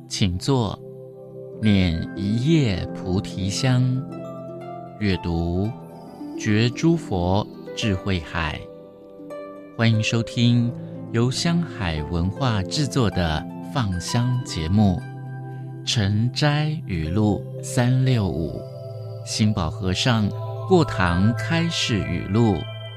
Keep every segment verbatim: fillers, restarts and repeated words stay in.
请坐，念一叶菩提香，阅读觉诸佛智慧海。欢迎收听由香海文化制作的放香节目《晨斋语录三六五》，心保和尚过堂开示语录。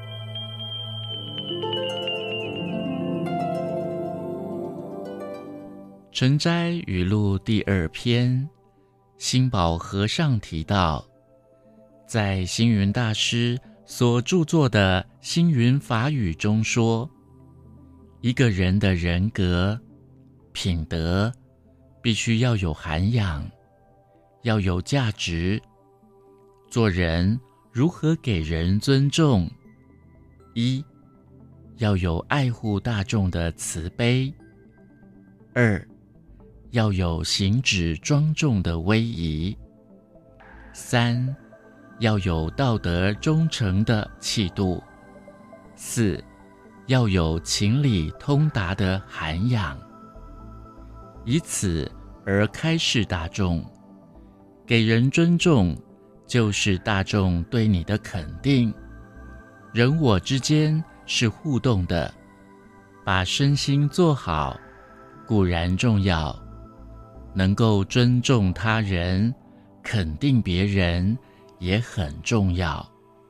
晨斋语录第二篇，心保和尚提到，在星云大师所著作的《星云法语》中说，一个人的人格、品德必须要有涵养，要有价值。做人如何给人尊重？一，要有爱护大众的慈悲；二，要有行止庄重的威仪；三，要有道德忠诚的气度；四，要有情理通达的涵养。以此而开示大众，给人尊重，就是大众对你的肯定。人我之间是互动的，把身心做好固然重要，能够尊重他人，肯定别人也很重要。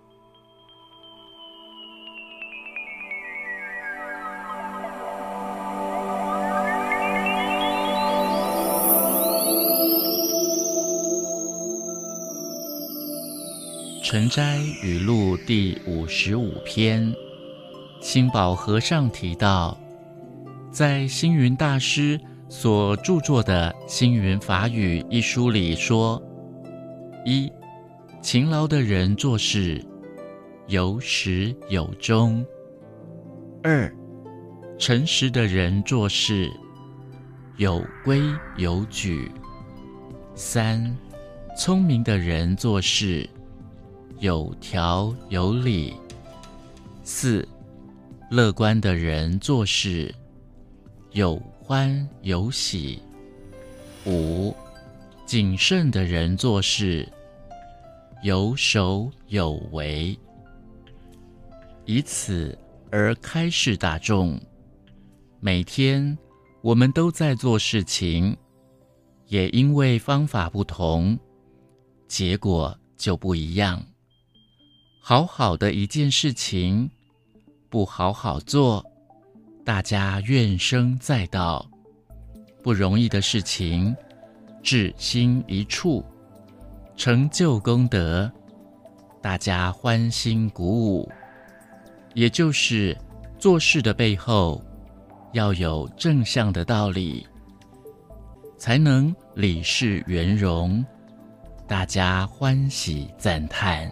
晨斋语录第五十五篇，心保和尚提到，在星云大师所著作的《星云法语》一书里说：一，勤劳的人做事有始有终；二，诚实的人做事有规有矩；三，聪明的人做事有条有理；四，乐观的人做事有欢有喜；五，谨慎的人做事有守有为。以此而开示大众，每天我们都在做事情，也因为方法不同，结果就不一样。好好的一件事情，不好好做，大家怨声载道；不容易的事情，至心一处，成就功德，大家欢欣鼓舞。也就是做事的背后要有正向的道理，才能理事圆融，大家欢喜赞叹。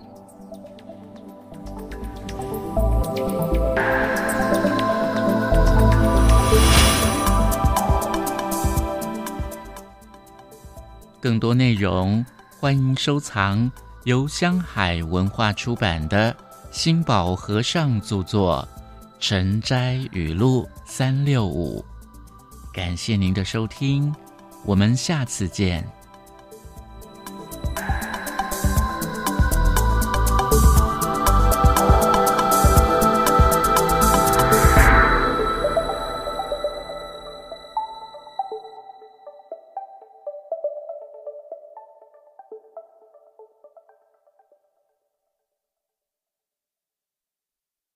更多内容欢迎收藏由香海文化出版的心保和尚著作《晨斋语录三六五》。感谢您的收听，我们下次见。